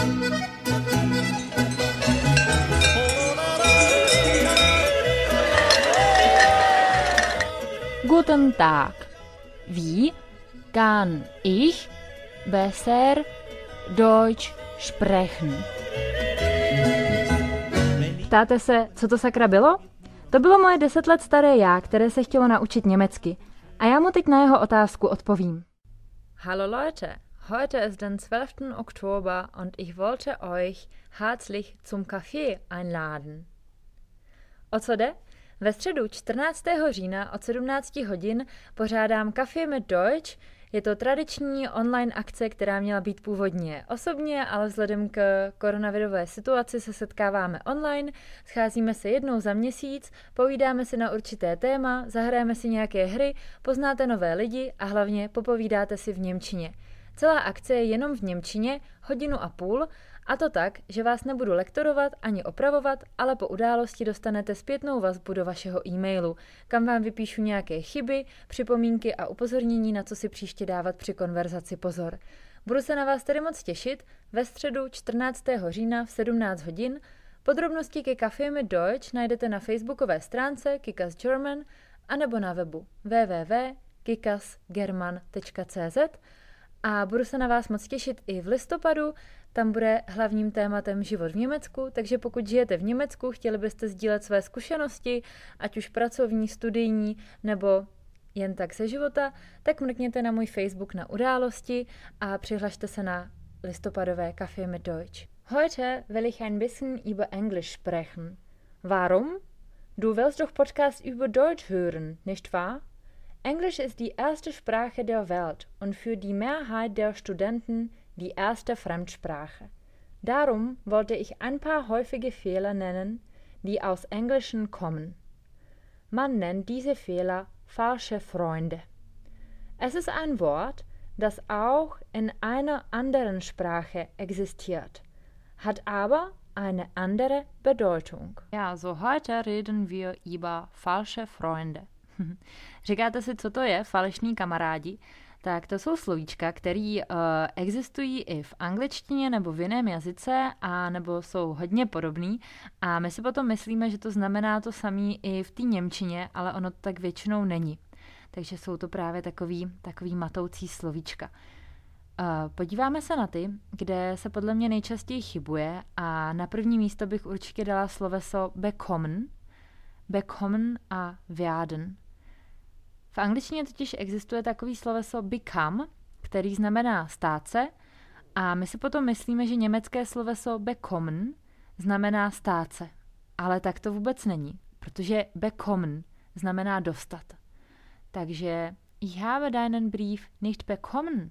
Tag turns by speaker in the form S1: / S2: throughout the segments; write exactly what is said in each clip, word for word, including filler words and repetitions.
S1: Guten Tag. Wie kann ich besser Deutsch sprechen? Ptáte se, co to sakra bylo? To bylo moje deset let staré já, které se chtělo naučit německy. A já mu teď na jeho otázku odpovím.
S2: Hallo Leute, heute ist den zwölften Oktober und ich wollte euch herzlich zum Kaffee einladen. O co jde? Ve středu čtrnáctého října od sedmnácti hodin pořádám Café mit Deutsch. Je to tradiční online akce, která měla být původně osobně, ale vzhledem k koronavirové situaci se setkáváme online, scházíme se jednou za měsíc, povídáme si na určité téma, zahrajeme si nějaké hry, poznáte nové lidi a hlavně popovídáte si v němčině. Celá akce je jenom v němčině, hodinu a půl, a to tak, že vás nebudu lektorovat ani opravovat, ale po události dostanete zpětnou vazbu do vašeho e-mailu, kam vám vypíšu nějaké chyby, připomínky a upozornění, na co si příště dávat při konverzaci pozor. Budu se na vás tedy moc těšit ve středu čtrnáctého října v sedmnáct hodin. Podrobnosti ke Café mit Deutsch najdete na facebookové stránce Kikas German anebo na webu w w w tečka kikas german tečka c z a budu se na vás moc těšit i v listopadu. Tam bude hlavním tématem život v Německu, takže pokud žijete v Německu, chtěli byste sdílet své zkušenosti, ať už pracovní, studijní nebo jen tak ze života, tak mrkněte na můj Facebook na události a přihlašte se na listopadové Café mit Deutsch. Heute will ich ein bisschen über Englisch sprechen. Warum? Du willst doch Podcast über Deutsch hören, nicht wahr? Englisch ist die erste Sprache der Welt und für die Mehrheit der Studenten die erste Fremdsprache. Darum wollte ich ein paar häufige Fehler nennen, die aus Englischen kommen. Man nennt diese Fehler falsche Freunde. Es ist ein Wort, das auch in einer anderen Sprache existiert, hat aber eine andere Bedeutung. Ja, so heute reden wir über falsche Freunde. Říkáte si, co to je falešní kamarádi? Tak to jsou slovíčka, které uh, existují i v angličtině nebo v jiném jazyce a nebo jsou hodně podobný a my si potom myslíme, že to znamená to samé i v té němčině, ale ono to tak většinou není. Takže jsou to právě takový, takový matoucí slovíčka. Uh, podíváme se na ty, kde se podle mě nejčastěji chybuje a na první místo bych určitě dala sloveso bekommen, bekommen a werden. V angličtině totiž existuje takový sloveso become, který znamená stát se a my si potom myslíme, že německé sloveso bekommen znamená stát se. Ale tak to vůbec není, protože bekommen znamená dostat. Takže ich habe deinen Brief nicht bekommen.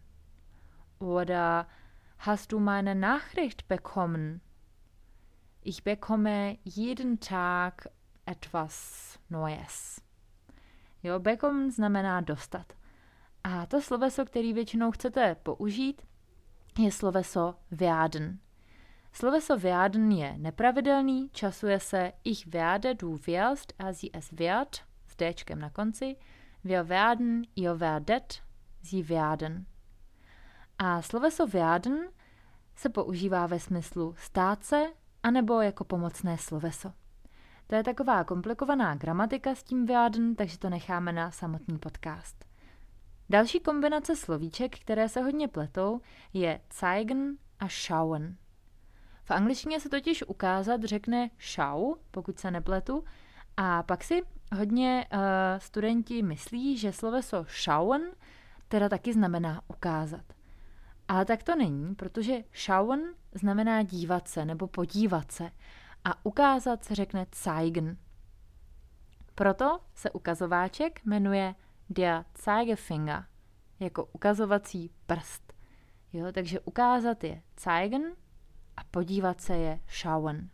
S2: Oder hast du meine Nachricht bekommen? Ich bekomme jeden Tag etwas Neues. Jo, bekommen znamená dostat. A to sloveso, který většinou chcete použít, je sloveso werden. Sloveso werden je nepravidelný, časuje se ich werde, du wirst a sie es wird, s déčkem na konci, wir werden, ihr werdet, sie werden. A sloveso werden se používá ve smyslu stát se, anebo jako pomocné sloveso. To je taková komplikovaná gramatika s tím werden, takže to necháme na samotný podcast. Další kombinace slovíček, které se hodně pletou, je zeigen a schauen. V angličtině se totiž ukázat řekne show, pokud se nepletu, a pak si hodně uh, studenti myslí, že sloveso schauen teda taky znamená ukázat. Ale tak to není, protože schauen znamená dívat se nebo podívat se a ukázat se řekne zeigen. Proto se ukazováček jmenuje der Zeigefinger, jako ukazovací prst. Jo, takže ukázat je zeigen a podívat se je schauen.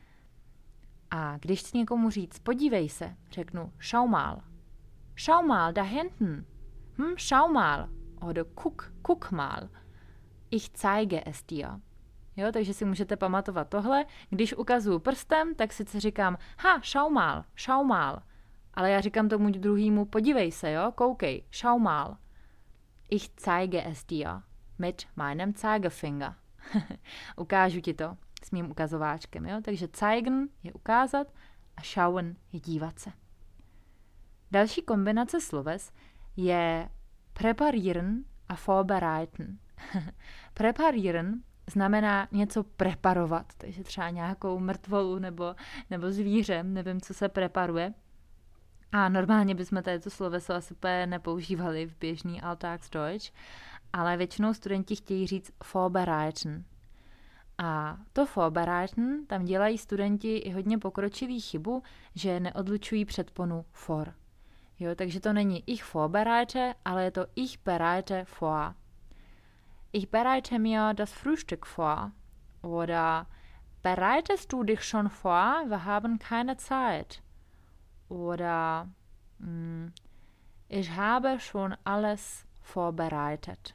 S2: A když chci někomu říct podívej se, řeknu schau mal. Schau mal da hinten. Hm, schau mal. Oder guck, guck mal. Ich zeige es dir. Jo, takže si můžete pamatovat tohle. Když ukazuju prstem, tak sice říkám ha, schau mal, schau mal. Ale já říkám tomu druhému podívej se, jo, koukej, schau mal. Ich zeige es dir mit meinem Zeigefinger.
S1: Ukážu ti to s mým ukazováčkem. Jo? Takže zeigen je ukázat a schauen je dívat se. Další kombinace sloves je preparieren a vorbereiten. Preparieren znamená něco preparovat, takže třeba nějakou mrtvolu nebo, nebo zvíře, nevím, co se preparuje. A normálně bychom tady to sloveso asi úplně nepoužívali v běžný Alltagsdeutsch, ale většinou studenti chtějí říct vorbereiten. A to vorbereiten, tam dělají studenti i hodně pokročilý chybu, že neodlučují předponu for. Jo, takže to není ich vorbereite, ale je to ich bereite vor. Ich bereite mir das Frühstück vor. Oder bereitest du dich schon vor? Wir haben keine Zeit. Oder mh, ich habe schon alles vorbereitet.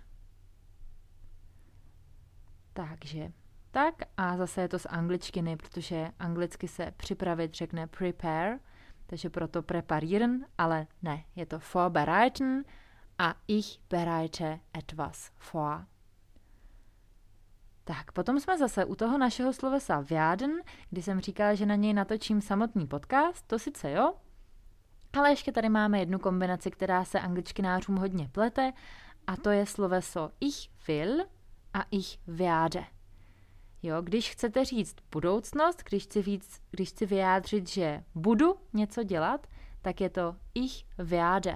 S1: Takže tak a zase je to z angličtiny, protože anglicky se připravit řekne prepare, takže proto preparieren, ale ne, je to vorbereiten a ich bereite etwas vor. Tak, potom jsme zase u toho našeho slovesa werden, kdy jsem říkala, že na něj natočím samotný podcast, to sice jo, ale ještě tady máme jednu kombinaci, která se angličtinářům hodně plete, a to je sloveso ich will a ich werde. Jo, když chcete říct budoucnost, když chci, víc, když chci vyjádřit, že budu něco dělat, tak je to ich werde.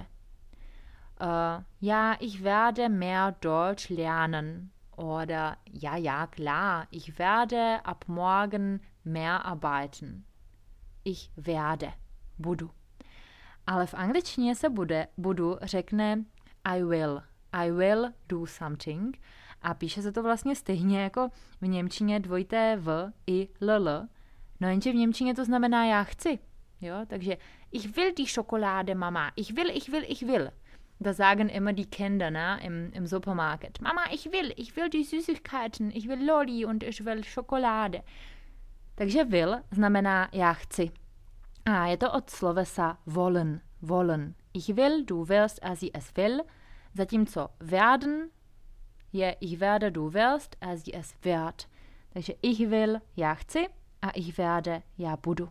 S1: Uh, ja, ich werde mehr Deutsch lernen. Oder ja, ja, klar, ich werde ab morgen mehr arbeiten. Ich werde, budu. Ale v angličtině se bude, budu řekne I will. I will do something. A píše se to vlastně stejně jako v němčině dvojité v i ll. No jenže v němčině to znamená já chci. Jo? Takže ich will die Schokolade, Mama. Ich will, ich will, ich will. Das sagen immer die Kinder, ne, im, im Supermarkt. Mama, ich will, ich will die Süßigkeiten, ich will Lolli und ich will Schokolade. Takže will znamená já chci. A je to od slovesa wollen, wollen. Ich will, du willst, a sie es will. Zatímco werden je ich werde, du willst, a sie es wird. Takže ich will, já chci, a ich werde, já budu.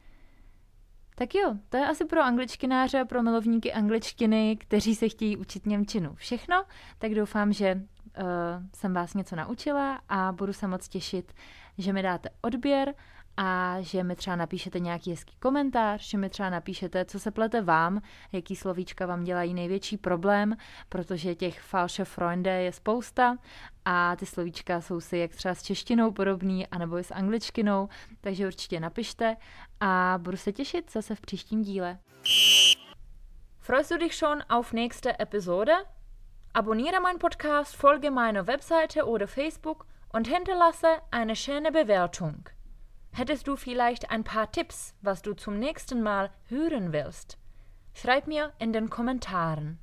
S1: Tak jo, to je asi pro angličtináře a pro milovníky angličtiny, kteří se chtějí učit němčinu všechno, tak doufám, že uh, jsem vás něco naučila a budu se moc těšit, že mi dáte odběr a že mi třeba napíšete nějaký hezký komentář, že mi třeba napíšete, co se plete vám, jaký slovíčka vám dělají největší problém, protože těch falsche Freunde je spousta a ty slovíčka jsou si jak třeba s češtinou podobný, anebo i s angličtinou, takže určitě napište a budu se těšit zase v příštím díle. Freust du dich schon auf nächste Episode? Abonniere meinen Podcast, folge meiner Webseite oder Facebook und hinterlasse eine schöne Bewertung. Hättest du vielleicht ein paar Tipps, was du zum nächsten Mal hören willst? Schreib mir in den Kommentaren.